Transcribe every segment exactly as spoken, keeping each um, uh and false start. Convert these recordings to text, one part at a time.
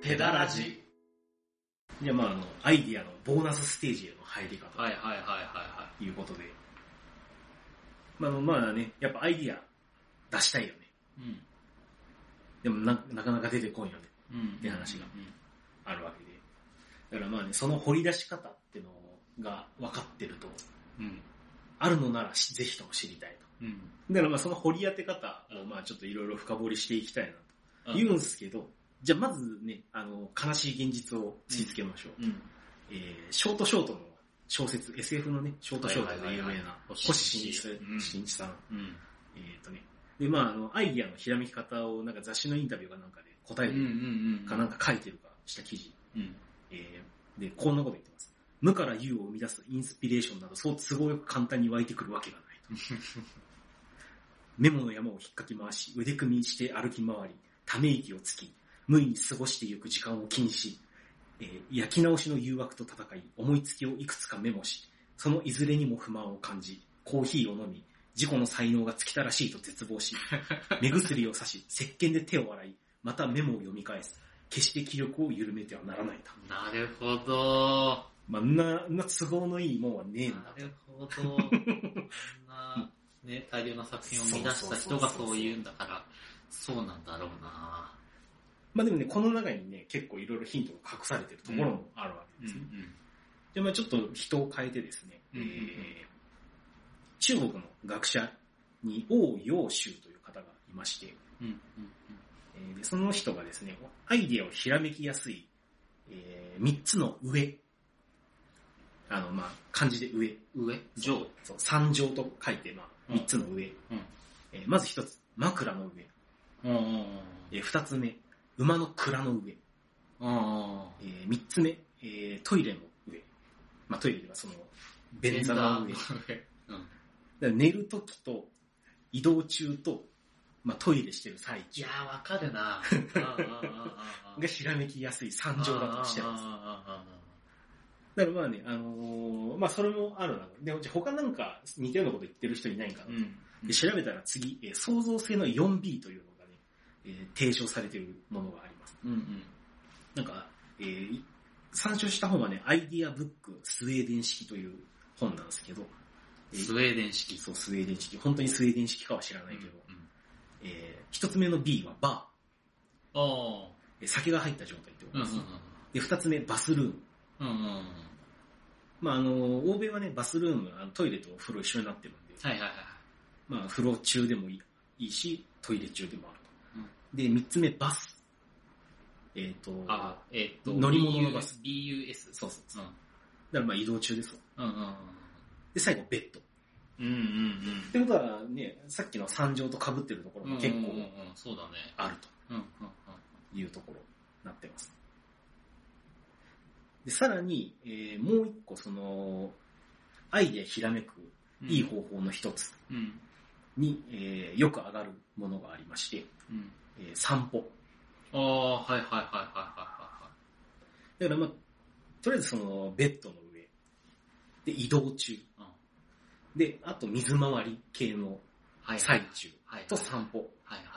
ペダラジ。じゃあまああの、アイディアのボーナスステージへの入り方。 はいはいはいはいはい。いうことで。まあまあね、やっぱアイディア出したいよね。 い。うん。 でもな、なかなか出てこんよね。 うん。 って話があるわけで。だからまあね、その掘り出し方っていうのが分かってると、 うん。 あるのならぜひとも知りたいと。 うん。 だからまあその掘り当て方をまあちょっといろいろ深掘りしていきたいなと言うんですけど、じゃあまずね、あの、悲しい現実を突きつけましょう。 うん。 えー、ショートショートの小説、エスエフ のね、ショートショートで有名な、星新一さん。 うん。 えっとね、で、まああの、アイディアのひらめき方をなんか雑誌のインタビューかなんかで答えてるかなんか書いてるかした記事。 うん。 えー、で、こんなこと言ってます。無から有を生み出すインスピレーションなどそう都合よく簡単に湧いてくるわけがないと。メモの山を引っかき回し、腕組みして歩き回り、ため息をつき、無意に過ごしてゆく時間を気にし、えー、焼き直しの誘惑と戦い、思いつきをいくつかメモし、そのいずれにも不満を感じ、コーヒーを飲み、自己の才能が尽きたらしいと絶望し、目薬を差し、石鹸で手を洗い、またメモを読み返す。決して気力を緩めてはならないと。 なるほど。 まあ、な、な都合のいいもんはねえんだ。 なるほど。そんな、ね、大量の作品を生み出した人がそう言うんだから、そうなんだろうな。 まあでもね、この中にね、結構いろいろヒントが隠されてるところもあるわけですね。うんうん、で、まあちょっと人を変えてですね、うんうんうん、えー、中国の学者に王陽州という方がいまして、うんうんうん、えー、でその人がですね、アイディアをひらめきやすい、えー、みっつの上、あの、まあ漢字で上。 上上そう、三上と書いて、まあみっつの上。うんえー、まず一つ、枕の上。うんうんうんえー、二つ目、馬の蔵の上。あえー、三つ目、えー、トイレの上。まあ、トイレではその、便座の上。うん、だから寝るときと、移動中と、まあ、トイレしてる最中。 いやー、わかるながひらめきやすい三乗だとしてます。だからまあね、あのー、まあ、それもあるな。で、じゃ他なんか似たようなこと言ってる人いないかなと。うんうん、で調べたら次、えー、創造性の フォービー というのがね、えー、提唱されているものがあります。うんうん、なんか、えー、参照した本はね、アイディアブックスウェーデン式という本なんですけど、 えー、スウェーデン式そう、スウェーデン式。本当にスウェーデン式かは知らないけど、うんうんえー、一つ目の B はバー。あー酒が入った状態ってことです。うんうんうん、で、二つ目、バスルーム。うんうんうん、まああの、欧米はね、バスルーム、あのトイレとお風呂一緒になってるんで、はいはいはい、まあ風呂中でもいい、いいし、トイレ中でもあると。うん、で、三つ目、バス。えっ、ー、と、 あ、えっ、ー、と、 乗り物のバス。 ビーユーエス。 そうそうそう。うん、だからまあ移動中ですわ。うんうんうん、で、最後、ベッド。 うんうんうん。 ってことはね、さっきの三乗と被ってるところも結構、 そうだね。 あるというところになってます。で、さらに、えー、もう一個その、アイデアひらめくいい方法の一つに、うんえー、よく上がるものがありまして、うんえー、散歩。 ああ、はいはいはいはいはいはい。 だからまあ、とりあえずその、ベッドの上。で、移動中。うん、で、あと水回り系の最中と散歩。はいはいはい。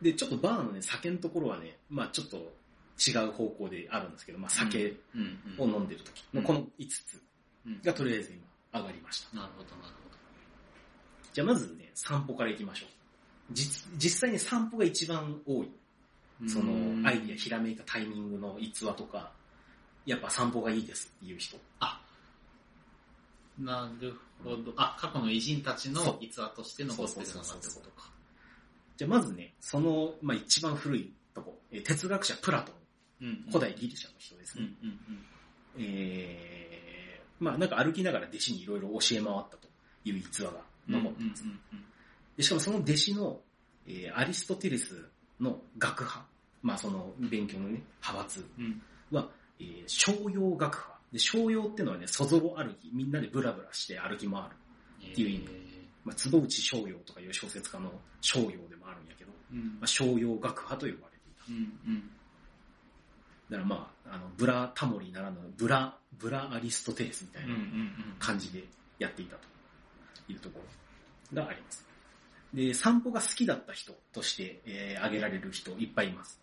で、ちょっとバーのね、酒のところはね、まあちょっと違う方向であるんですけど、まあ酒を飲んでる時のこのいつつがとりあえず今上がりました。 なるほどなるほど。 じゃあまずね、散歩から行きましょう。実、実際に散歩が一番多い。その、アイディアひらめいたタイミングの逸話とか、やっぱ散歩がいいですっていう人。 あ、なるほど。あ、過去の偉人たちの逸話として残ってるのがってことか。 じゃあまずね、その、まあ、一番古いとこ、えー、哲学者プラトン、うんうん、古代ギリシャの人ですね。うんうんうん、えー、まあなんか歩きながら弟子にいろいろ教え回ったという逸話が残ってます。うんうんうんうん、でしかもその弟子の、えー、アリストテレスの学派、まあその勉強のね、派閥は、うんえー、商用学派。で、商用ってのはね、そぞろ歩き、みんなでブラブラして歩き回るっていう意味。えーまあ、坪内逍遥とかいう小説家の逍遥でもあるんやけど、うんまあ、商用学派と呼ばれていた。うんうん、だからまあ、あの、ブラタモリならぬ、ブラ、ブラアリストテレスみたいな感じでやっていたというところがあります。で、散歩が好きだった人として、えー、挙げられる人いっぱいいます。え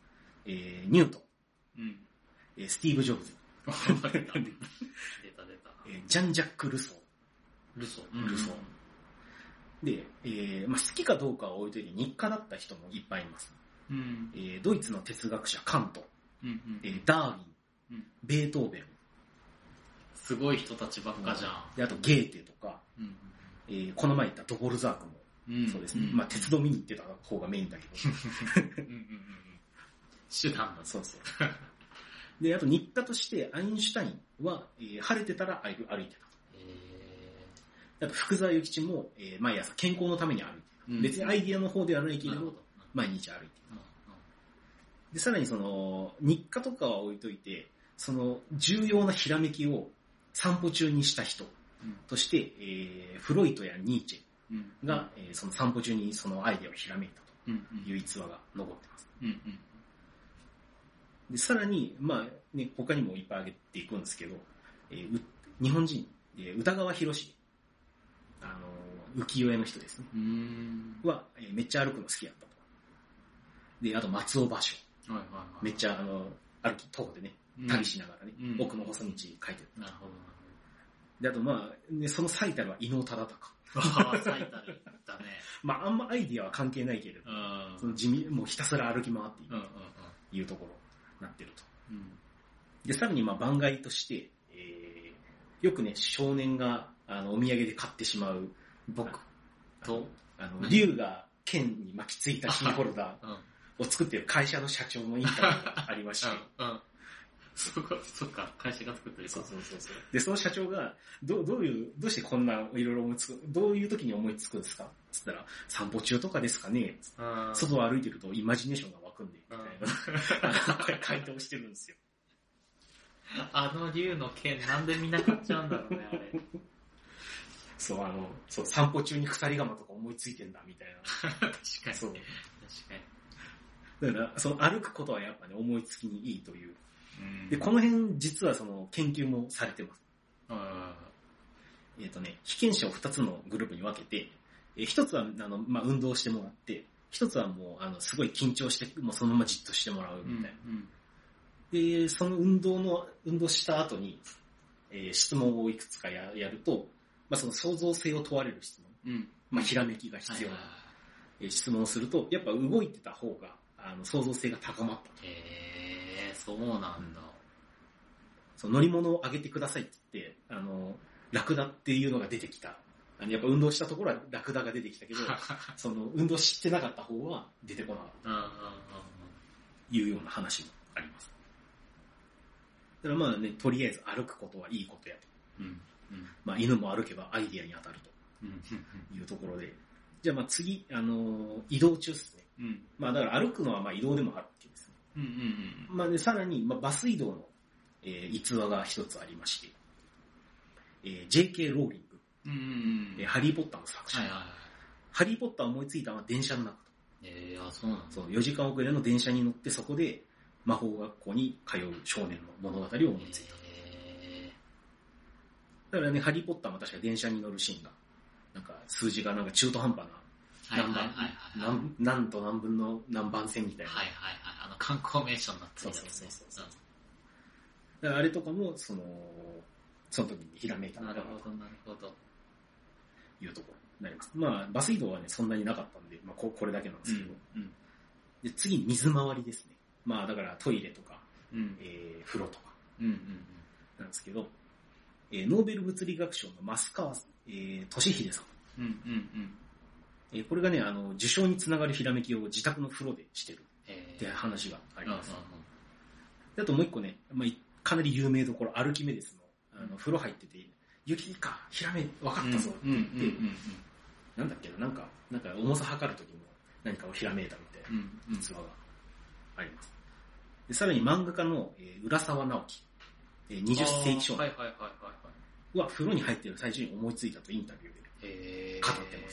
えー、ニュートン、 うんえー、スティーブ・ジョブズ、 出た出た出た、 えー、ジャン・ジャック・ルソー、 ルソー、ルソー。で、えーまあ、好きかどうかは置いといて日課だった人もいっぱいいます。 うんえー、ドイツの哲学者カント、 うんうんえー、ダーウィン、 うん、 ベートーベン、 すごい人たちばっかじゃん。 であとゲーテとか、 うんえー、この前言ったドボルザークも、うん、そうですね、うん、まあ鉄道見に行ってた方がメインだけどうんうん、うん、 手段だ。 そうそうであと日課としてアインシュタインは、えー、晴れてたら歩いてた、えー、あと福沢諭吉も、えー、毎朝健康のために歩いてた、うん、別にアイディアの方ではないけれど、うん、毎日歩いてた、うん、でさらにその日課とかは置いといてその重要なひらめきを散歩中にした人として、えー、フロイトやニーチェが、うんえー、その散歩中にそのアイデアをひらめいたという逸話が残ってます。うんうん、でさらに、まあね、他にもいっぱい挙げていくんですけど、えー、日本人、えー、歌川広重、あの浮世絵の人ですね、うんは、えー、めっちゃ歩くの好きだったと。であと松尾芭蕉、はいはいはい、めっちゃあの歩き徒歩でね旅しながらね、うん、奥の細道書いてる。なるほど。で、あとまあ、ね、その最たるは伊能忠敬。 ああ、最たるだね。 まあ、あんまアイディアは関係ないけれど、その地味、もうひたすら歩き回っているというところになってると。うん、で、さらにまあ番外として、えー、よくね、少年があのお土産で買ってしまう僕と、あの、竜が剣に巻きついたキーホルダーを作っている会社の社長のインタビューがありまして、うんうんそこ、そっか、会社が作ってる。 そうそうそうそう。で、その社長が、どう、どういう、どうしてこんないろいろ思いつく、どういう時に思いつくんですかつったら、散歩中とかですかね外を歩いてるとイマジネーションが湧くんで、みたいな、回答してるんですよ。 あの竜の剣なんでみんな買っちゃうんだろうね、あれ。 そう、あの、そう、散歩中に鎖釜とか思いついてんだ、みたいな。 確かに。 そう。 確かに。だから、その歩くことはやっぱね、思いつきにいいという。で、この辺実はその研究もされてます。えっとね、被験者をふたつのグループに分けて、え一つはあの、まあ、運動してもらって、一つはもうあのすごい緊張して、もうそのままじっとしてもらうみたいな。うんうん、で、その運動の、運動した後に、えー、質問をいくつか や, やると、まあ、その創造性を問われる質問、うんまあ、ひらめきが必要な、えー、質問をすると、やっぱ動いてた方があの創造性が高まったと。 へー、そうなんだ。 その乗り物を上げてくださいって言って、あの、ラクダっていうのが出てきた。あのやっぱ運動したところはラクダが出てきたけど、その運動してなかった方は出てこなかったというような話もあります。だからまあね、とりあえず歩くことはいいことやと。うんうんまあ、犬も歩けばアイディアに当たるというところで、じゃあまあ次、あの移動中ですね。うん、まあだから歩くのはまあ移動でもあるわけですね。うんうんうん、まあでさらに、まあ、バス移動の、えー、逸話が一つありまして、えー、ジェイケー ローリング、うんうんうんえー、ハリーポッターの作者、はいはいはい、ハリーポッターを思いついたのは電車の中と。 えー、あ、そうなんだ。 そう、よじかん遅れの電車に乗ってそこで魔法学校に通う少年の物語を思いついた。えー、だからね、ハリーポッターも確か電車に乗るシーンが、なんか数字がなんか中途半端な、何番、何、何と何分の何番線みたいな。 はいはいはい。あの観光名所になってるやつね。 そうそうそうそう。だからあれとかも、その、その時にひらめいたなるほどなるほど。 いうところになります。まあ、バス移動はね、そんなになかったんで、まあ、こ, これだけなんですけど、うんうん、で次、水回りですね。まあ、だからトイレとか、うんえー、風呂とか、うんうんうん、なんですけど、えー、ノーベル物理学賞の増川、えー、俊秀さん。うんうんうんえー、これがね、あの、受賞につながるひらめきを自宅の風呂でしてるって話があります。であともう一個ね、まあ、かなり有名どころ、アルキメデスの、あの風呂入ってて、雪か、ひらめ、分かったぞって言って、なんだっけな、なんか、なんか重さ測るときも何かをひらめいたみたいな逸話があります。でさらに漫画家の、えー、浦沢直樹、えー、にじゅっ世紀少年は風呂に入っている最中に思いついたとインタビューで語ってます。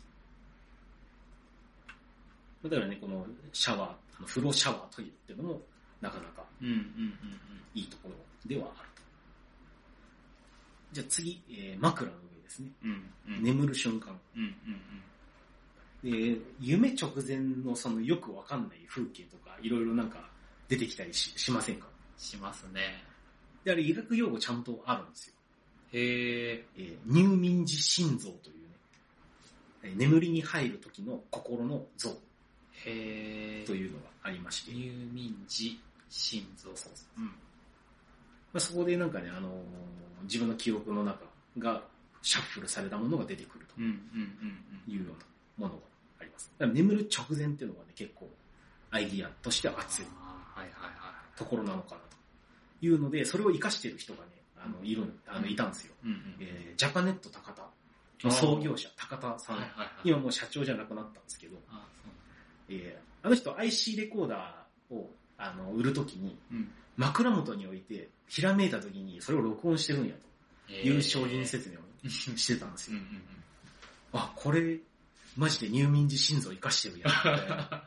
だからね、このシャワー、あの風呂シャワートイレっていうのもなかなかいいところではあると。じゃあ次、えー、枕の上ですね。うんうん、眠る瞬間、うんうんうんで。夢直前のそのよくわかんない風景とか、いろいろなんか出てきたり し, しませんか？ しますね。 で、あれ医学用語ちゃんとあるんですよ。 へえ。 えー、入眠時心臓というね、えー、眠りに入る時の心の臓へというのがありまして。 入眠時心臓。 そうそう。うん。まあ、そこでなんかね、あのー、自分の記憶の中がシャッフルされたものが出てくるというようなものがあります。だから眠る直前っていうのがね、結構アイディアとしては熱いところなのかなというので、それを活かしている人がね、あのいるあのいたんですよ。うんうんえー、ジャパネット高田の創業者高田さん、はいはいはい、今もう社長じゃなくなったんですけど、あ, そうえー、あの人 アイシー レコーダーをあの売るときに、うん、枕元に置いてひらめいたときにそれを録音してるんやという商品説明をしてたんですよ。うんうんうん、あ、これマジで入眠時心臓生かしてるやんみたいな。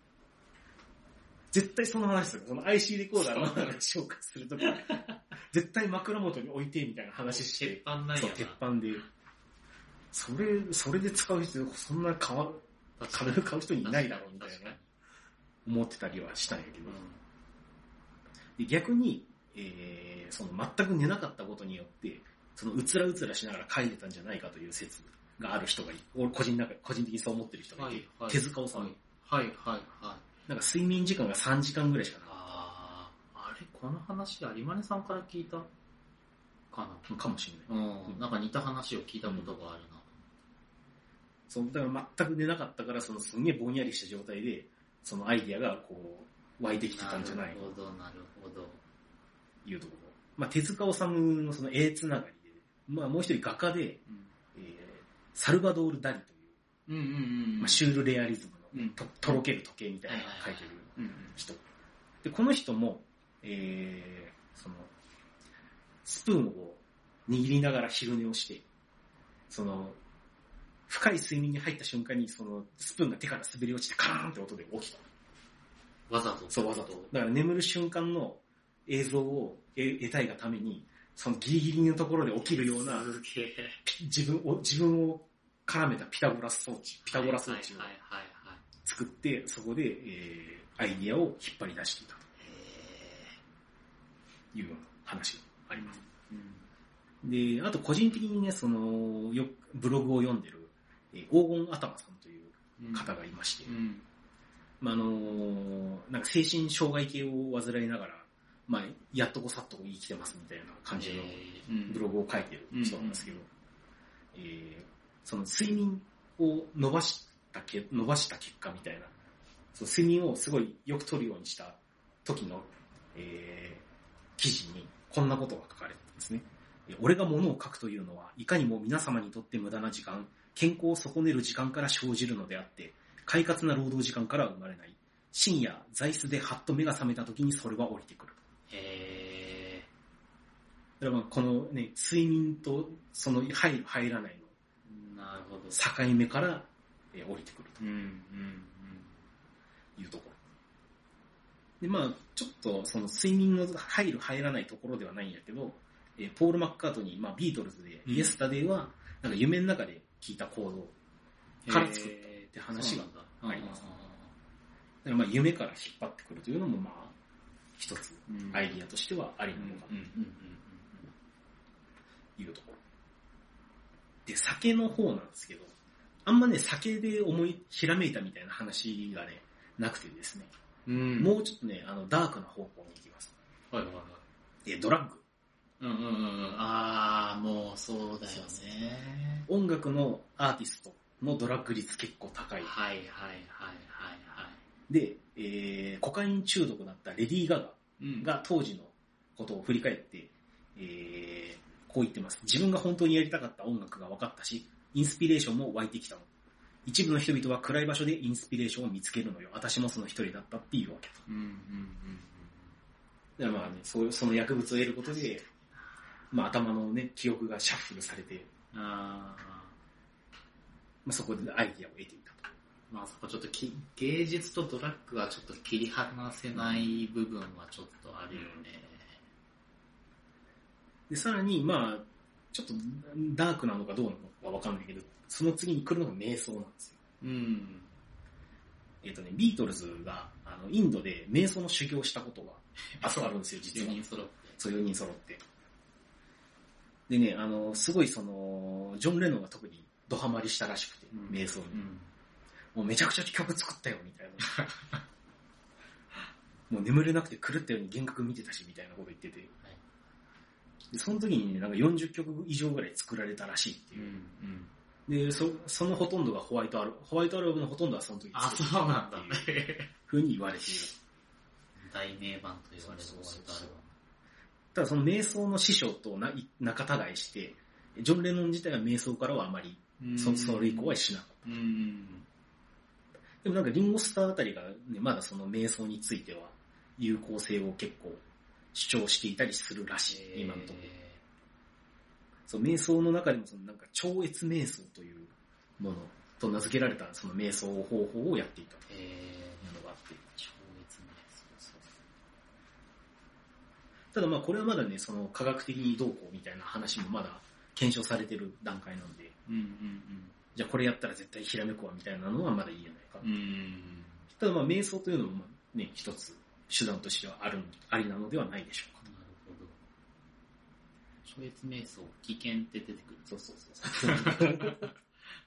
絶対その話ですよ。その アイシー レコーダーの紹介するときに絶対枕元に置いてみたいな話して、 鉄板なんやな。 そう、鉄板で。それ、それで使う人、そんな買う、買う、買う人いないだろうみたいな思ってたりはしたんやけど。うん、で逆に、えー、その全く寝なかったことによって、そのうつらうつらしながら書いてたんじゃないかという説がある人がいる。俺個人中、個人的にそう思ってる人がいて、はいはい、手塚治虫。はいはいはい。 なんか睡眠時間がさんじかんぐらいしかない。 ああ、あれこの話有馬根さんから聞いたかなかもしれない。 うん。なんか似た話を聞いたことがあるな。うん、 そう、だから全く寝なかったから、そのすんげえぼんやりした状態で、そのアイディアがこう、湧いてきてたんじゃないか。 なるほど、なるほど。 いうところ。まあ、手塚治虫のその絵つながりで、まあもう一人画家で、うんえー、サルバドール・ダリという、うんうんうんまあ、シュールレアリズムの、うん、と, とろける時計みたいなのを描いてる人。で、この人も、えー、その、スプーンを握りながら昼寝をして、その、深い睡眠に入った瞬間に、その、スプーンが手から滑り落ちてカーンって音で起きた。 わざとそう、わざと。だから眠る瞬間の映像を得たいがために、そのギリギリのところで起きるような、自分を、自分を絡めたピタゴラス装置、ピタゴラ装置を作って、そこで、えー、アイディアを引っ張り出していたというような話があります。うん、で、あと個人的にね、その、よブログを読んでる、えー、黄金頭さんという方がいまして、うんうんまあ、あのー、なんか精神障害系を患いながら、まあ、やっとこさっと生きてますみたいな感じのブログを書いてる人なんですけど、えー、その睡眠を伸ばしたけ、伸ばした結果みたいな、その睡眠をすごいよく取るようにした時の、えー、記事にこんなことが書かれてるんですね。俺が物を書くというのは、いかにも皆様にとって無駄な時間、健康を損ねる時間から生じるのであって、快活な労働時間からは生まれない。深夜、座椅子でハッと目が覚めた時にそれは降りてくる。へー。だからまあこのね、睡眠とその入る入らないのなるほど境目からえ降りてくると、うんうんうん、いうところ。でまあちょっとその睡眠の入る入らないところではないんやけど、えポール・マッカートニー、まあ、ビートルズで、うん、イエスタデイはなんか夢の中で聞いた行動から作ったって話があります。だからまあ夢から引っ張ってくるというのもまあ一つアイディアとしてはありなのかなというところ。で、酒の方なんですけど、あんまね、酒で思い、ひらめいたみたいな話がね、なくてですね、うん、もうちょっとね、あの、ダークな方向に行きます。はいはいはい。で、ドラッグ。 うんうんうん。あー、もうそうだよね。 音楽のアーティストのドラッグ率結構高い。 はいはいはいはいはい。 で、えー、コカイン中毒だったレディー・ガガが当時のことを振り返って、えー、こう言ってます。自分が本当にやりたかった音楽が分かったし、インスピレーションも湧いてきたの。一部の人々は暗い場所でインスピレーションを見つけるのよ。私もその一人だったっていうわけと。うんうんうんうん。だからまあね、そうその薬物を得ることで、まあ頭のね、記憶がシャッフルされて、あまあ、そこでアイディアを得ていたと。 まあそこちょっとき芸術とドラッグはちょっと切り離せない部分はちょっとあるよね。 で、さらに、まあ、ちょっとダークなのかどうなのかわかんないけど、その次に来るのが瞑想なんですよ。うん。えっとね、ビートルズが、あの、 の、インドで瞑想の修行したことがあるんですよ、実は。 よにん揃って。 そう、よにん揃って。でね、あの、すごいその、ジョン・レノンが特にドハマりしたらしくて、うん、瞑想に、うん。もうめちゃくちゃ曲作ったよ、みたいな。もう眠れなくて狂ったように幻覚見てたし、みたいなこと言ってて。はい、でその時にね、なんかよんじゅっきょく以上ぐらい作られたらしいっていう。うんうん、でそ、そのほとんどがホワイトアルバム、ホワイトアルバムのほとんどはその時作ったっていうふうに言われている。 大名盤と言われるホワイトアルバム。 ただその瞑想の師匠とな仲違いして、ジョン・レノン自体は瞑想からはあまり、そ, それ以降はしなかった。うんでもなんかリンゴスターあたりが、ね、まだその瞑想については有効性を結構主張していたりするらしい、今のところ。そう瞑想の中でもそのなんか超越瞑想というものと名付けられたその瞑想方法をやっていたというのがあって。 超越瞑想。 ただまあこれはまだね、その科学的にどうこうみたいな話もまだ検証されてる段階なので、うんうんうん、じゃあこれやったら絶対ひらめくわみたいなのはまだ言えないか。うん、ただまあ瞑想というのもね、一つ手段としてはあるありなのではないでしょうか。 なるほど。超越瞑想、危険って出てくる。 そうそうそうそう。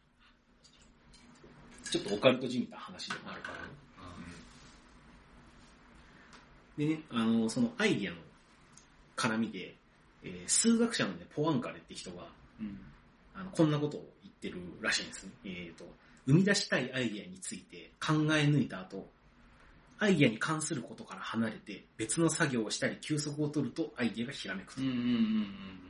ちょっとオカルトじみた話でもあるからね。うん、でね、あのそのアイディアの絡みで、えー、数学者のねポアンカレって人が、うん、あのこんなことを言ってるらしいんですね。えーと、生み出したいアイディアについて考え抜いた後、アイディアに関することから離れて別の作業をしたり休息を取るとアイディアがひらめくと。うんうんうんうん、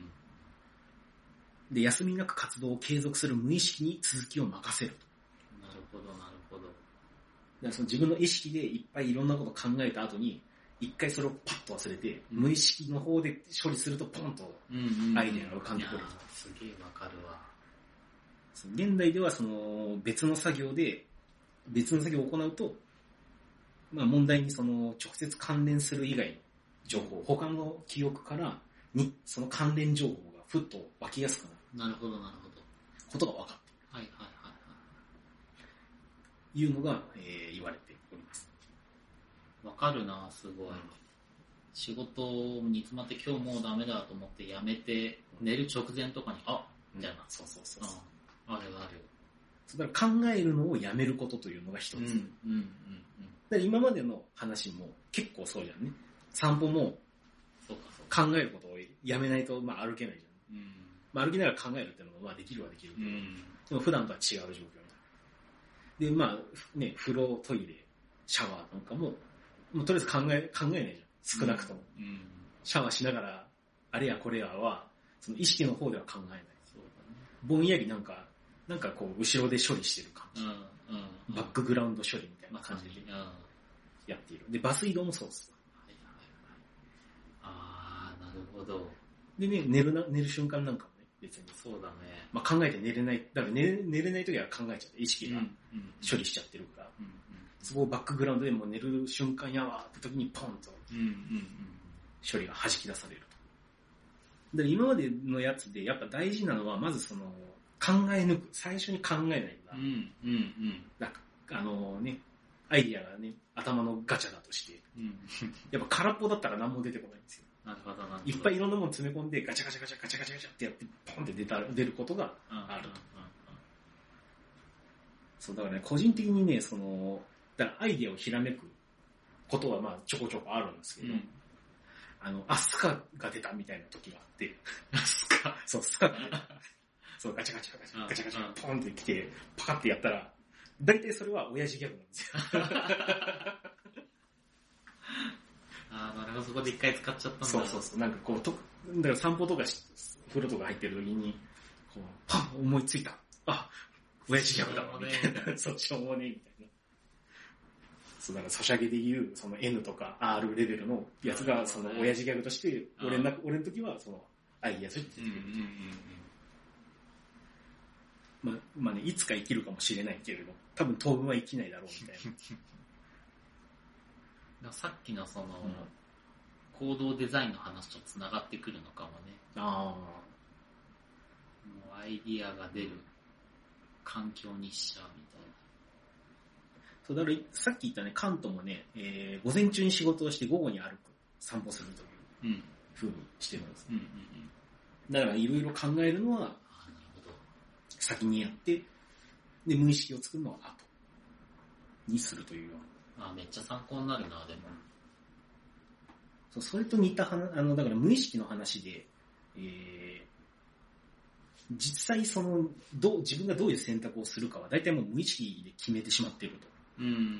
で、休みなく活動を継続する無意識に続きを任せると。 なるほどなるほど。だからその自分の意識でいっぱいいろんなことを考えた後に一回それをパッと忘れて、うん、無意識の方で処理するとポンとアイデアが浮かんでくると。うんうんうん、 すげえわかるわ。 現代ではその別の作業で別の作業を行うと、まあ、問題にその直接関連する以外の情報、他の記憶からにその関連情報がふっと湧きやすくなる。なるほどなるほど。 ことが分かっている。 はいはいはいはい。 いうのが、えー、言われております。 わかるな、すごい。うん、仕事に詰まって今日もうダメだと思ってやめて、寝る直前とかに、あみたいな。 そうそうそうそう。 あるある。 だから考えるのをやめることというのが一つ。うんうんうんうん、だから今までの話も結構そうじゃんね。散歩もそうかそうか考えることをやめないとまあ歩けないじゃん。うんまあ、歩きながら考えるっていうのもまあできるはできるけど、うん、でも普段とは違う状況になる。で、まあね、風呂、トイレ、シャワーなんかも、もうとりあえず考え、考えないじゃん。少なくとも。うんうん、シャワーしながら、あれやこれやは、その意識の方では考えない。そうだね、ぼんやりなんか、なんかこう、後ろで処理してる感じ、うんうんうん。バックグラウンド処理みたいな感じでやっている。で、バス移動もそうです。はいはいはい、あー、なるほど。 でね、寝るな、寝る瞬間なんかもね、別に。 そうだね。 まあ考えて寝れない。だから寝、寝れないときは考えちゃって、意識が処理しちゃってるから。うんうんうん、そこをバックグラウンドでもう寝る瞬間やわって時にポンと処理が弾き出されると。で今までのやつでやっぱ大事なのはまずその考え抜く、最初に考えないんだ。うんうんうん、なんかあのね、アイディアがね頭のガチャだとして、うん、やっぱ空っぽだったら何も出てこないんですよ。 なるほどなるほど。 いっぱいいろんなもの詰め込んでガチャガチャガチャガチャガチャガチャってやってポンって出た出ることがあると。そうだからね、個人的にね、そのだからアイディアをひらめくことはまあちょこちょこあるんですけど、うん、あのあスカが出たみたいな時があって、 スカそうスカが出たそうガチャガチャガチャガチャガチャポンってきてパカってやったら大体それは親父ギャグなんですよ。 ああ、なるほど、そこで一回使っちゃったんだ。 そうそうそう、なんかこうとだから散歩とかし風呂とか入ってる時にこうはっ思いついた、あ親父ギャグだわみたいな、そうしょうもねえみたいな。そうだからソシャゲでいうその N とか R レベルのやつがその親父ギャグとして俺の俺の時はそのアイディアとして出てくる。まあまあね、いつか生きるかもしれないけれど多分当分は生きないだろうみたいな。さっきのその、うん、行動デザインの話とつながってくるのかもね。ああ。もうアイディアが出る環境にしちゃうみたいな。 そうだからさっき言ったね、カントもね、えー、午前中に仕事をして午後に歩く、散歩するという風にしてるんです、うんうんうん、だからいろいろ考えるのは先にやって、で無意識を作るのは後にするというような。あ、めっちゃ参考になるな、でも。 そう、それと似た話、あの、だから無意識の話で、えー、実際その、どう、自分がどういう選択をするかは大体もう無意識で決めてしまっていると。うん、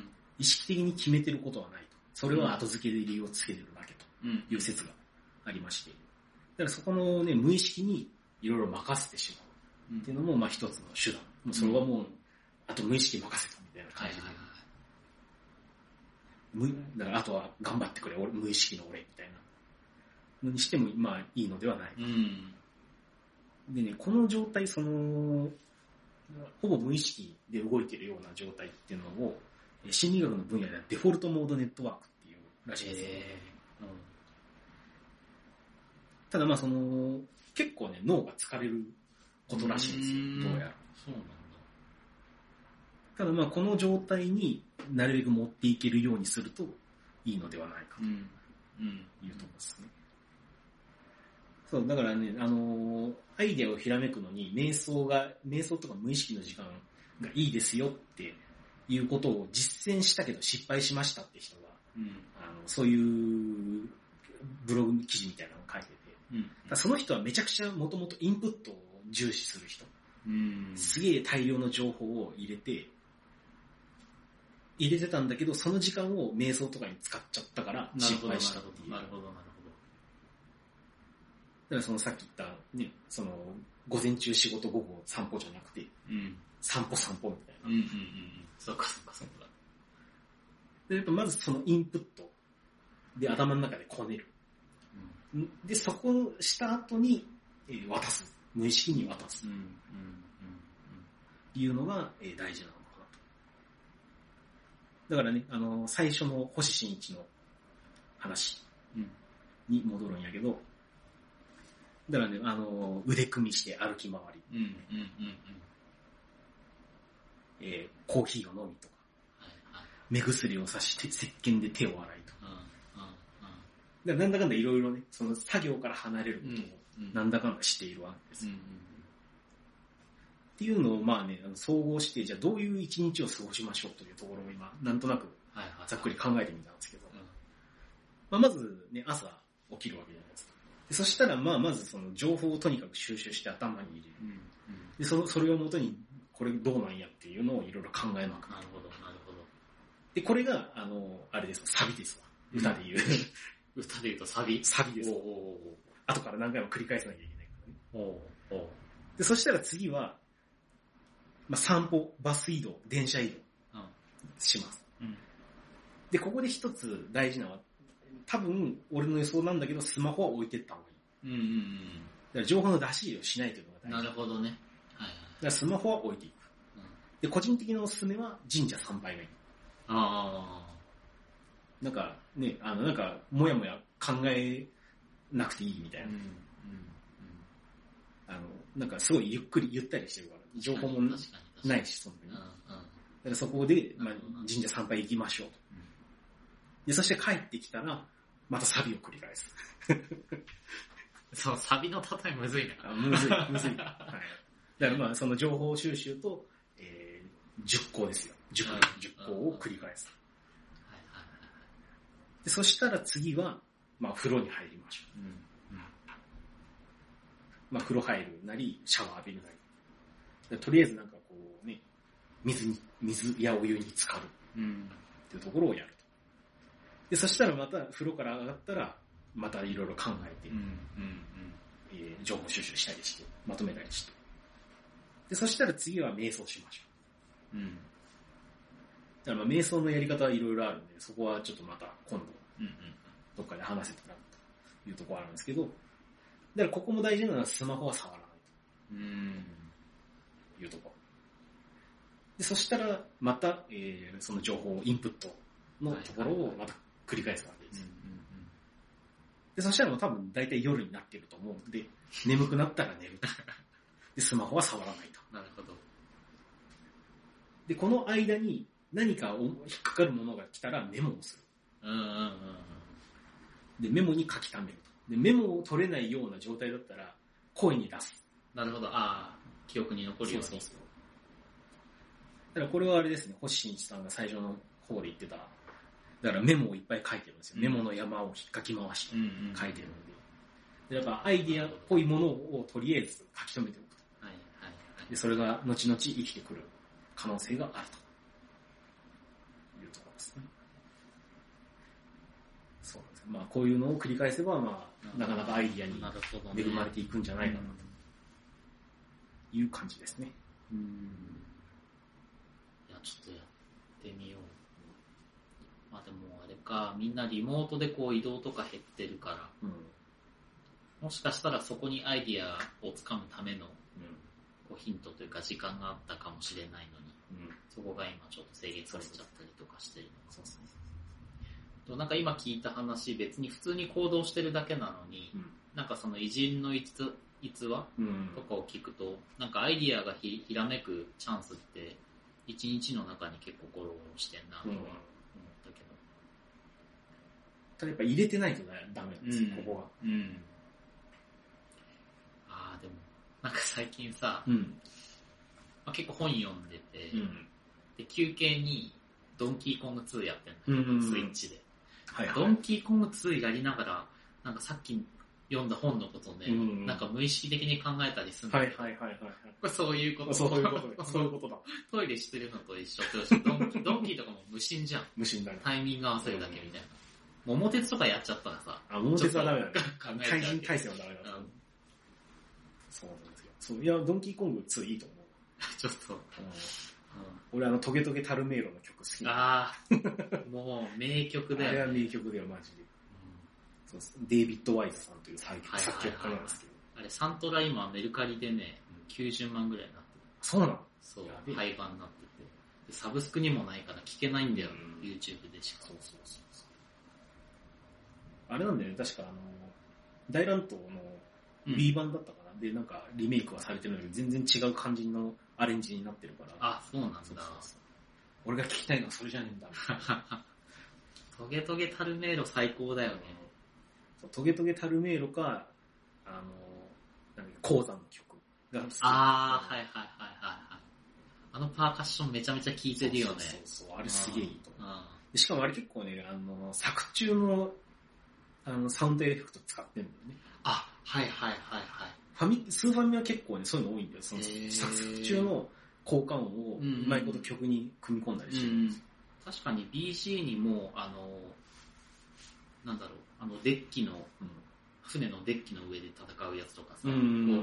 意識的に決めてることはないと。それは後付けで理由をつけてるだけという説がありまして。だからそこのね、無意識にいろいろ任せてしまうっていうのも、まあ一つの手段。もうそれはもう、あと無意識任せたみたいな感じで。だからあとは頑張ってくれ、俺無意識の俺みたいなのにしてもまあいいのではないか、うん、でね、この状態、そのほぼ無意識で動いているような状態っていうのを心理学の分野ではデフォルトモードネットワークっていうらしいです、えーうん、ただまあその結構ね脳が疲れることらしいんですよ、どうやら。そうなんだ。ただまあこの状態になるべく持っていけるようにするといいのではないかというところですね。そう、だからね、あのー、アイデアをひらめくのに瞑想が、瞑想とか無意識の時間がいいですよっていうことを実践したけど失敗しましたって人が、うん、あのそういうブログ記事みたいなのを書いてて、うん、その人はめちゃくちゃもともとインプットを重視する人、うん、すげえ大量の情報を入れて、入れてたんだけど、その時間を瞑想とかに使っちゃったから失敗したっていう。なるほど、なるほど。だからそのさっき言ったね、その午前中仕事午後散歩じゃなくて、うん、散歩散歩みたいな。うんうんうん。そうかそうかそうか。で、やっぱまずそのインプットで頭の中でこねる。うん、で、そこをした後に、えー、渡す。無意識に渡す。うんうんうんうん、いうのが、えー、大事なの。だからね、あの、最初の星新一の話に戻るんやけど、だからね、あの、腕組みして歩き回り、うんうんうんうんえー、コーヒーを飲みとか、はいはい、目薬をさして石鹸で手を洗いとか、うんうんうん、だからなんだかんだいろいろね、その作業から離れることをなんだかんだしているわけですよ。うんうんうん、っていうのをまあね、総合して、じゃあどういう一日を過ごしましょうというところを今、なんとなくざっくり考えてみたんですけど、まあ、まずね、朝起きるわけじゃないですか。でそしたらまあまずその情報をとにかく収集して頭に入れる。うんうん、で そ, それをもとにこれどうなんやっていうのをいろいろ考えまくる。なるほど、なるほど。で、これが、あの、あれですわ、サビですわ。歌で言う。 うん、歌で言うとサビサビですわ。おうおうおう後から何回も繰り返さなきゃいけないからね。おうおうで、そしたら次は、まあ、散歩、バス移動、電車移動します。うん、で、ここで一つ大事なのは、多分俺の予想なんだけど、スマホは置いてった方がいい。うんうんうん、だから情報の出し入れをしないというのが大事。 なるほどね。はいはい、だからスマホは置いていく。うん、で、個人的なおすすめは神社参拝がいい。ああ。なんかね、あのなんかもやもや考えなくていいみたいな。うんうんうん、あのなんかすごいゆっくりゆったりしてるから。情報もないし、そんなに。だからそこで、まあ、神社参拝行きましょうと。で、そして帰ってきたら、またサビを繰り返す。 そう、サビの例えむずいな。 むずい、むずい。はい。だからまあ、その情報収集と、えー、熟考ですよ。熟考、熟考を繰り返す。で、そしたら次は、まあ、風呂に入りましょう。うんうん、まあ、風呂入るなり、シャワー浴びるなり。とりあえずなんかこうね、水に、水やお湯に浸かるっていうところをやると。で、そしたらまた風呂から上がったら、またいろいろ考えて、うんうんうんえー、情報収集したりして、まとめたりして。で、そしたら次は瞑想しましょう。うん。だからまあ瞑想のやり方はいろいろあるんで、そこはちょっとまた今度、うんうん、どっかで話せたらというところあるんですけど、だからここも大事なのはスマホは触らないと。うんいうところ。で、そしたら、また、えー、その情報、インプットのところをまた繰り返すわけです。うんうんうん、で、そしたらもう多分大体夜になっていると思うので、眠くなったら寝ると。で、スマホは触らないと。なるほど。で、この間に何か引っかかるものが来たらメモをする。 うんうんうん。 で、メモに書き溜めると。で、メモを取れないような状態だったら、声に出す。 なるほど。ああ、記憶に残るように。そうそうそう。 だからこれはあれですね、星新一さんが最初の方で言ってた、だからメモをいっぱい書いてるんですよ。うん、メモの山を引っかき回して書いてるので。で、やっぱアイディアっぽいものをとりあえず書き留めておくと。はいはいはい、で、それが後々生きてくる可能性があるというところですね。そうなんですよ。まあこういうのを繰り返せば、まあ、なかなかアイディアに恵まれていくんじゃないかなという感じですね。 うん、いや、ちょっとやってみよう。まあでもあれか、みんなリモートでこう移動とか減ってるから、うん、もしかしたらそこにアイディアをつかむための、こうヒントというか時間があったかもしれないのに、うん、そこが今ちょっと制限されちゃったりとかしてるの。そうそうそう。なんか今聞いた話、別に普通に行動してるだけなのに、うん、なんかその偉人の逸話とかを聞くと、なんかアイディアが ひ, ひらめくチャンスって一日の中に結構ゴロゴロしてんなとは思ったけど、 ただやっぱ入れてないとダメなんですよ、うん、ここは、うん、 ああでもなんか最近さ、うん、まあ、結構本読んでて、うん、で休憩にドンキーコングツーやってんの、うんうんうん、スイッチで、はいはい、ドンキーコングツーやりながらなんかさっき読んだ本のことをね、うん、なんか無意識的に考えたりするんだけど、はいはいはいはい、これそういうこと。 そういうことだ。そういうことだ。 トイレしてるのと一緒ってドンキ、ドンキーとかも無心じゃん。 無心だね。 タイミング合わせるだけみたいな。桃鉄とかやっちゃったらさ。 あ、桃鉄はダメだね。対人対戦はダメだ、うん。そうなんですよ。そういや、ドンキーコングツーいいと思う。 ちょっと。うん、 俺あのトゲトゲタルメイロの曲好き。 ああ、もう名曲だよ、ね。 あれは名曲だよ、マジで。デイビッド・ワイズさんという作曲家なんですけど、 あれサントラ今メルカリでね、きゅうじゅうまんぐらいになってる。 そうなの？ そう、廃盤になってて、でサブスクにもないから聞けないんだよ、うん、YouTube でしか。そうそうそうそう。 あれなんだよね、確かあの大乱闘の B 版だったかな、うん、でなんかリメイクはされてるのに全然違う感じのアレンジになってるから。 あ、そうなんだ。そうそうそう、 俺が聞きたいのはそれじゃねえんだ。 トゲトゲタルメイロ最高だよね。 トゲトゲタルメイロか、あの、なんだっけ、鉱山の曲が好き。 あー、はいはいはいはい。あのパーカッションめちゃめちゃ効いてるよね。 そうそうそう、あれすげえいいと思う。しかもあれ結構ね、あの、作中の、あの、サウンドエフェクト使ってるんだよね。 あ、はいはいはいはい。 ファミ、スーファミは結構ね、そういうの多いんだよ。その作中の効果音をうまいこと曲に組み込んだりしてるんですよ。 うん、確かに ビージー にも、あの、なんだろう、あのデッキの、うん、船のデッキの上で戦うやつとかさ、うん、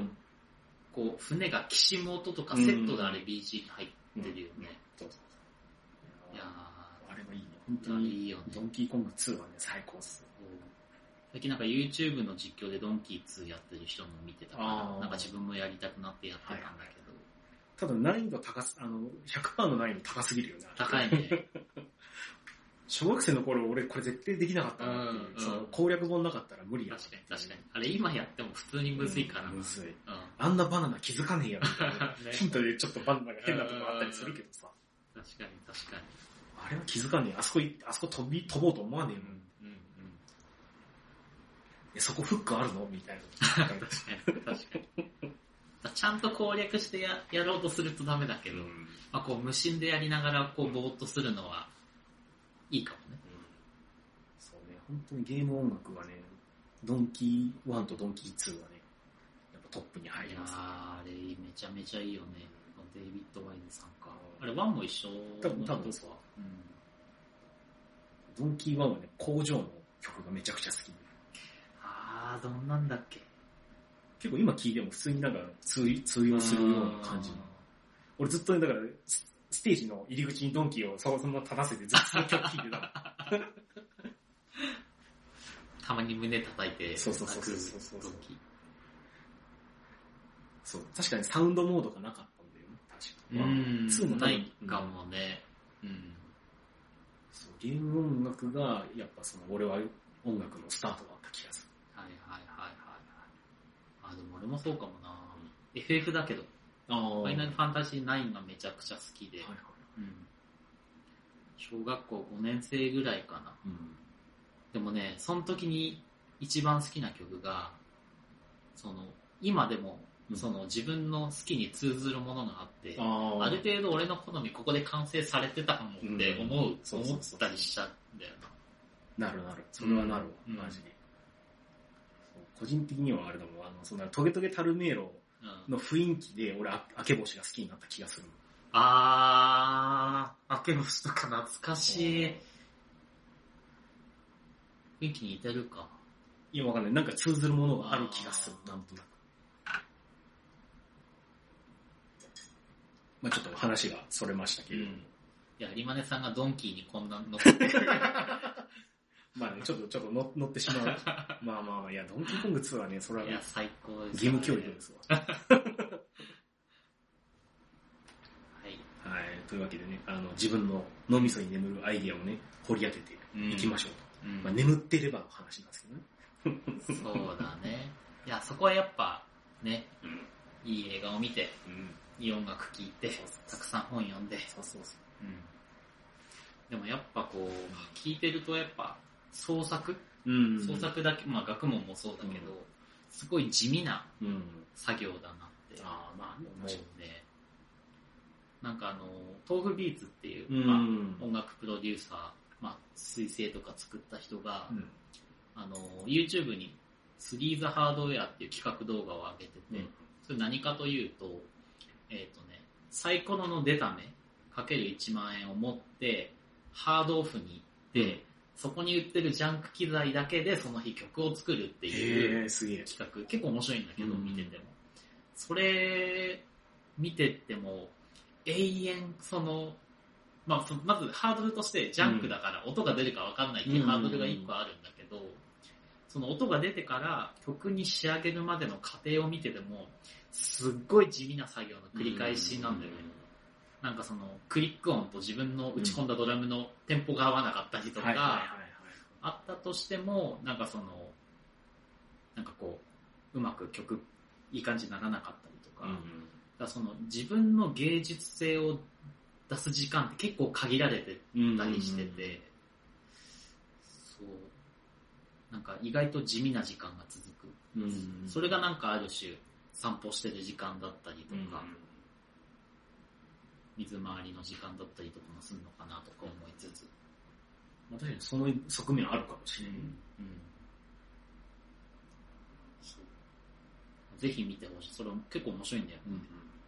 こう、こう船がきしむ音とかセットであれ ビージー に入ってるよね。うんうん、そうそうそう。いやあれはいいね。本当にいいよね。ドンキーコングツーはね、最高っす。 最近なんか YouTube の実況でドンキーツーやってる人の見てたから、なんか自分もやりたくなってやってたんだけど。はいはい、 ただ難易度高す、あの、ひゃくパーセント の難易度高すぎるよね。 高いね。 小学生の頃俺これ絶対できなかったなっていう、うんうん、その攻略本なかったら無理や。 確かに確かに。あれ今やっても普通にむずいからな、うん、 むずい、うん。あんなバナナ気づかねえやみたいな、ね。ヒントでちょっとバナナが変なとこあったりするけどさ。 確かに確かに。 あれは気づかねえ。あそこあそこ飛び飛ぼうと思わねえもん。うんうんうん、そこフックあるのみたいな。 確かに確かに。ちゃんと攻略して や, やろうとするとダメだけど、うん、まあ、こう無心でやりながらこうぼーっとするのはいいかもね、うん、 そうね、本当にゲーム音楽はね、ドンキーワンとドンキーツーはね、やっぱトップに入ります、ね、 あれめちゃめちゃいいよね。デイビッド・ワイズさんか。あれワンも一緒多分多分そう、うん、ドンキーワンはね、工場の曲がめちゃくちゃ好き。 あー、どんなんだっけ。 結構今聴いても普通になんか 通, 通用するような感じの。俺ずっとね、だからステージの入り口にドンキーをそのまま立たせてずっとその曲聴いてた。 たまに胸叩いてそうそうそうそうそうそう。そう、確かにサウンドモードがなかったんだよね、確かに。 うん、ツーもないかもね。うん。 そう、ゲーム音楽がやっぱその俺は音楽のスタートだった気がする。 はいはいはいはい。あ、でも俺もそうかもな。エフエフ だけど。ファイナルファンタジーナインがめちゃくちゃ好きで。はいはい、うん。 小学校ごねん生ぐらいかな。 うん、 でもね、その時に一番好きな曲が、その、今でも、その自分の好きに通ずるものがあって、うん、ある程度俺の好みここで完成されてたかもって思う、うん、思ったりしちゃうんだよな。なるなる。それはなるわ、うん、マジで。個人的にはあれだもん、あの、そんなトゲトゲタルメーロの雰囲気で俺、あけぼしが好きになった気がする。 あー、あけぼしとか懐かしい。雰囲気に似てるか。 いや、わかんない。なんか通ずるものがある気がする、なんとなく。まあちょっと話がそれましたけど。うん、いや、リマネさんがドンキーにこんな乗ってくる。 まあね、ちょっと、ちょっと乗乗ってしまう。まあまあまあ、いや、ドンキーコングツーはね、それは、ね、 いや、最高です、ね。 義務教育ですわ。はい。はい。というわけでね、あの、自分の脳みそに眠るアイディアをね、掘り当てていきましょうと。うん、まあ、眠ってればの話なんですけどね。 そうだね。いや、そこはやっぱ、ね、うん、いい映画を見て、うん、いい音楽聴いて、たくさん本読んで。そうそうそう。うん、でもやっぱこう、聴いてるとやっぱ、創作、うん、創作だけ、まあ学問もそうだけど、うん、すごい地味な作業だなって思うんで、なんかあの、豆腐ビーツっていう、うん、まあ、音楽プロデューサー、まあ、彗星とか作った人が、うん、あの、YouTube にスリーザハードウェアっていう企画動画を上げてて、うん、それ何かというと、えっとね、サイコロの出た目かけるいちまん円を持って、ハードオフに行って、うん、そこに売ってるジャンク機材だけでその日曲を作るっていう企画、結構面白いんだけど、うん、見てても。それ、見てても、永遠、その、まあ、まずハードルとしてジャンクだから音が出るか分かんないっていうハードルがいっこあるんだけど、その音が出てから曲に仕上げるまでの過程を見てても、すっごい地味な作業の繰り返しなんだよね。なんかそのクリック音と自分の打ち込んだドラムのテンポが合わなかったりとか、あったとしても、なんかその、なんかこう、うまく曲、いい感じにならなかったりとか、うんうん、だからその自分の芸術性を出す時間って結構限られてたりしてて、うんうんうん、そう、なんか意外と地味な時間が続く。うんうん、それがなんかある種、散歩してる時間だったりとか、うんうん、水回りの時間だったりとかもするのかなとか思いつつ、 まあ、確かにその側面あるかもしれない。うんうん、 ぜひ見てほしい。それ結構面白いんだよね。うんうん、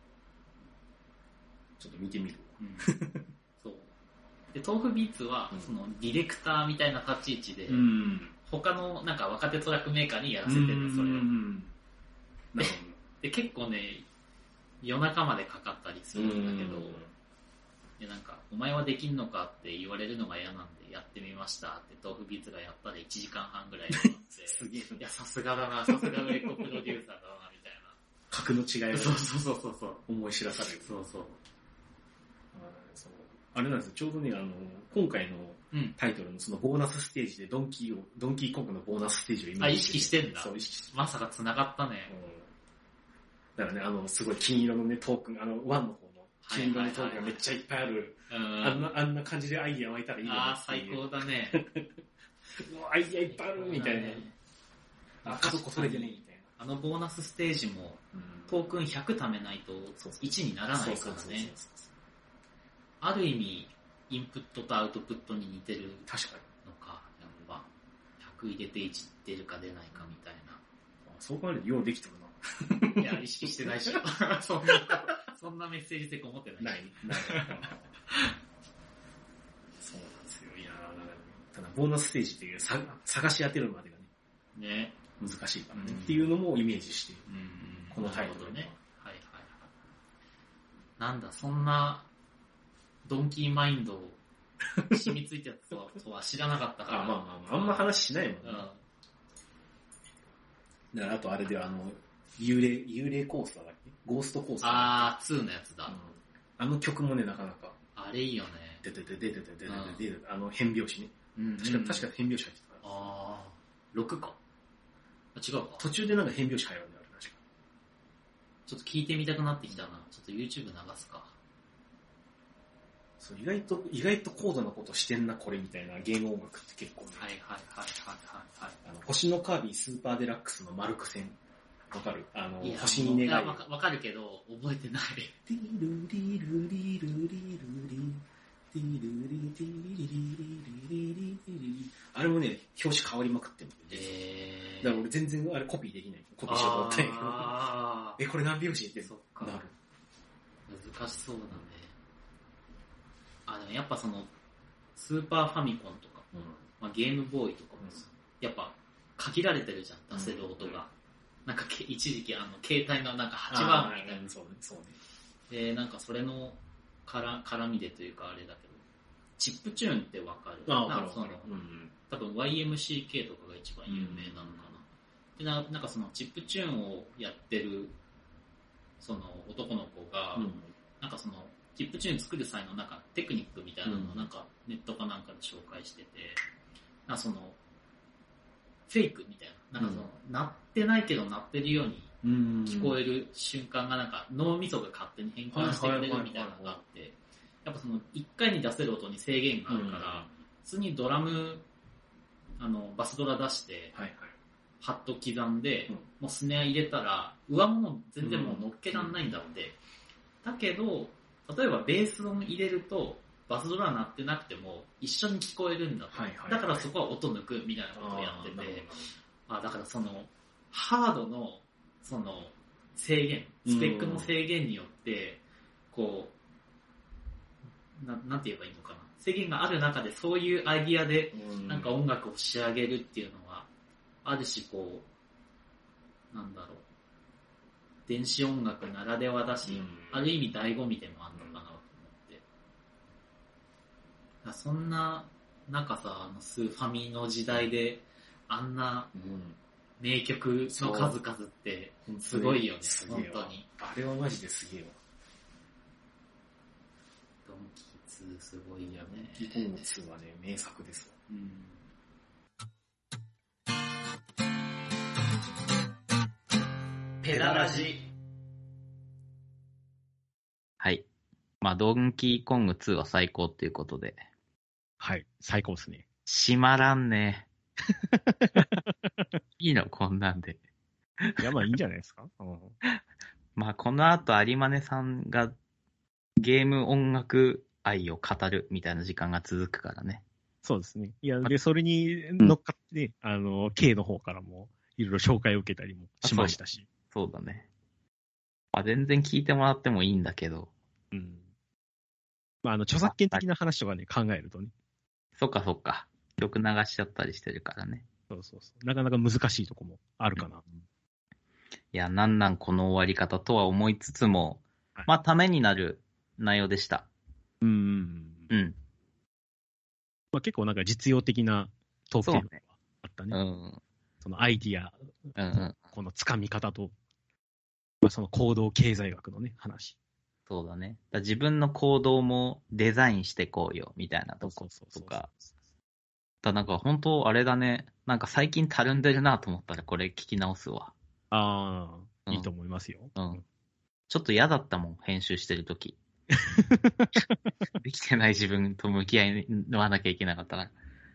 ちょっと見てみる。うん、 そう。で、豆腐ビーツは、そのディレクターみたいな立ち位置で、うん、他のなんか若手トラックメーカーにやらせてて、それを。うんで, で結構ね、夜中までかかったりするんだけど、でなんか、お前はできんのかって言われるのが嫌なんでやってみましたって豆腐ビーツがやったらいちじかんはんぐらいかかってすげえ、いや、さすがだな、さすが売れっ子プロデューサーだな、みたいな。 格の違いがそうそうそうそうそう思い知らされる。 そうそう。 そうあれなんですよ、ちょうどね、あの、今回のタイトルのそのボーナスステージでドンキーを、ドンキーコングのボーナスステージをイメージして、 あ、意識してんだ。 そう、意識して。 まさか繋がったね。 うん、だからね、あの、すごい金色のね、トークン、あの、ワンの方の金色のトークンがめっちゃいっぱいある。あんな、あんな感じでアイディア湧いたらいいなっていう。 ああ、最高だね。 もうアイディアいっぱいあるみたいな。あ、家族それでね、みたいな。 あのボーナスステージも、トークンひゃく貯めないといちにならないからね。ある意味、インプットとアウトプットに似てるのか、 確かにやっぱ、ひゃく入れていち出るか出ないかみたいな。 そう考えるとようできてるな。いや、意識してないし、そんな、そんなメッセージ性こもってない。 ない、ない。そうなんですよ。いやただ、ボーナスステージっていうさ探し当てるまでがね、ね難しいからね、うん、っていうのもイメージして、うん、このタイトルね。はいはいはい。 なんだ、そんな、ドンキーマインドを染みついたやつとは知らなかったから。 あ、まあまあ、あんま話しないもんね。うん、だからあとあれではあの、幽霊、幽霊コースターだっけ？ゴーストコースター。 あー、ツーのやつだ、うん。 あの曲もね、なかなか。 あれいいよね。 ででででででででであの変拍子ね。うん、確か、確か変拍子入ってた。 あー、ろくか。あ、違うか。 途中でなんか変拍子入るんだよ、確か。 ちょっと聞いてみたくなってきたな。ちょっと YouTube 流すか。 そう意外と、意外と高度なことしてんな、これみたいなゲーム音楽って結構ね。 はいはいはいはいはい、はい。 あの、星のカービィスーパーデラックスのマルク戦。わかる？あの、星に願い。 にい。 わか、わかるけど、覚えてない。 リルリルリルリルリリリルリティリリリリリリリリあれもね、表紙変わりまくってるんで。 えー。 だから俺全然あれコピーできない。コピーしようと思ったんやけど。 あえ、これ何拍子ってそっかなる。 難しそうだね。あ、でもやっぱその、スーパーファミコンとか、うんまあ、ゲームボーイとかも、うん、やっぱ限られてるじゃん、出せる音が。うん、なんか一時期あの、携帯のなんかはちばんみたいな。 そうね、そうね。 で、なんかそれのから絡みでというかあれだけど、チップチューンってわかる？ ああ、なんかその、うん、多分 ワイエムシーケー とかが一番有名なのかな。うん、でな、なんかそのチップチューンをやってる、その男の子が、うん、なんかその、チップチューン作る際のなんかテクニックみたいなのをなんかネットかなんかで紹介してて、なんかその、フェイクみたいな、なんかその、うん、鳴ってないけど鳴ってるように聞こえる瞬間がなんか脳みそが勝手に変換してくれるみたいなのがあって、やっぱそのいっかいに出せる音に制限があるから、普通にドラム、あの、バスドラ出して、ハット刻んで、もうスネア入れたら、上も全然もう乗っけらんないんだって。だけど、例えばベース音入れると、バスドラ鳴ってなくても一緒に聞こえるんだと、はいはいはい、だからそこは音抜くみたいなことをやってて、あ、だからそのハードのその制限、スペックの制限によってこう な, なんて言えばいいのかな、制限がある中でそういうアイディアでなんか音楽を仕上げるっていうのはある種こうなんだろう、電子音楽ならではだし、ある意味醍醐味でもあるのかな。そんな、なんかさ、あのスーファミの時代で、あんな名曲の数々ってすごいよね、うん、本当に。 あれはマジですげえわ。 ドンキーツーすごいよね。 ドンキーコングツーはね、名作ですわ。うん、 ペダラジ。 はい。まあ、ドンキーコングツーは最高っていうことで。 はい、最高ですね。 閉まらんね。いいの、こんなんで。 いや、まあいいんじゃないですか。うん、 まあ、この後、有馬根さんがゲーム音楽愛を語るみたいな時間が続くからね。 そうですね。いや、で、それに乗っかってね、うん、あの、K の方からもいろいろ紹介を受けたりもしましたし。 そう、そうだね。まあ、全然聞いてもらってもいいんだけど。 うん。まあ、あの、著作権的な話とかね、考えるとね。 そっかそっか。曲流しちゃったりしてるからね。 そうそうそう。なかなか難しいとこもあるかな。うん、 いや、なんなんこの終わり方とは思いつつも、はい、まあ、ためになる内容でした。 うん。うん。まあ、結構なんか実用的なトークテーマがあったね。 うん。 そのアイディア、 うんうん、 このつかみ方と、まあ、その行動経済学のね、話。 そうだね。だ自分の行動もデザインしてこうよ、みたいなとことか。だなんか本当あれだね。なんか最近たるんでるなと思ったらこれ聞き直すわ。 ああ、うん、いいと思いますよ。 うん。ちょっと嫌だったもん、編集してるとき。できてない自分と向き合いわなきゃいけなかったから。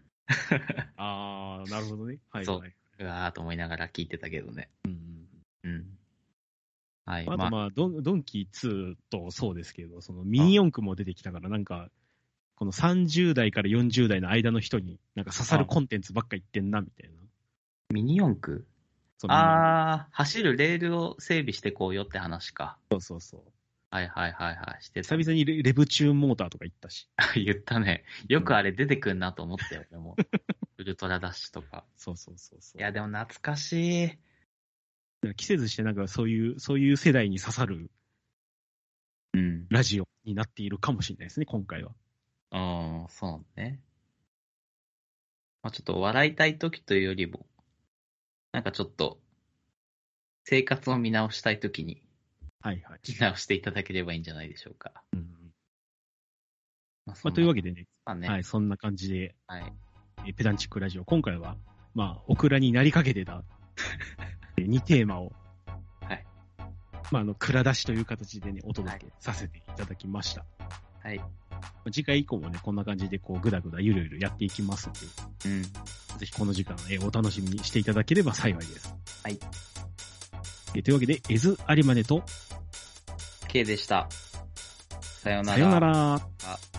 ああ、なるほどね。はい、はい。 そう。うわーと思いながら聞いてたけどね。 うん。 うん。はい。 あとまあ、ドン、ドンキーツーとそうですけど、そのミニ四駆も出てきたから、なんか、このさんじゅう代からよんじゅう代の間の人になんか刺さるコンテンツばっか言ってんな、みたいな。 ミニ四駆ああ、走るレールを整備してこうよって話か。 そうそうそう。 はいはいはいはい。してた。久々にレブチューンモーターとか言ったし。 言ったね。よくあれ出てくんなと思ったよ、でも。ウルトラダッシュとか。 そうそうそうそう。 いや、でも懐かしい。 季節してなんかそういう、そういう世代に刺さる、 うん。 ラジオになっているかもしれないですね、今回は。 うん、そうね。まあちょっと笑いたい時というよりも、なんかちょっと、生活を見直したい時に、 はいはい。 見直していただければいいんじゃないでしょうか。 うん。まあ、まあ、というわけでね、 ねはい、そんな感じで、 はい、 えペダンチックラジオ、今回は、まあ、オクラになりかけてた、にテーマを、 はい。 まあ、あの、蔵出しという形でね、お届けさせていただきました。 はい。 次回以降もね、こんな感じでこう、ぐだぐだゆるゆるやっていきますので、 うん。 ぜひこの時間、えー、お楽しみにしていただければ幸いです。 はい。 えー、というわけで、エズ有馬ネと、 K でした。さようなら。 さようなら。 あ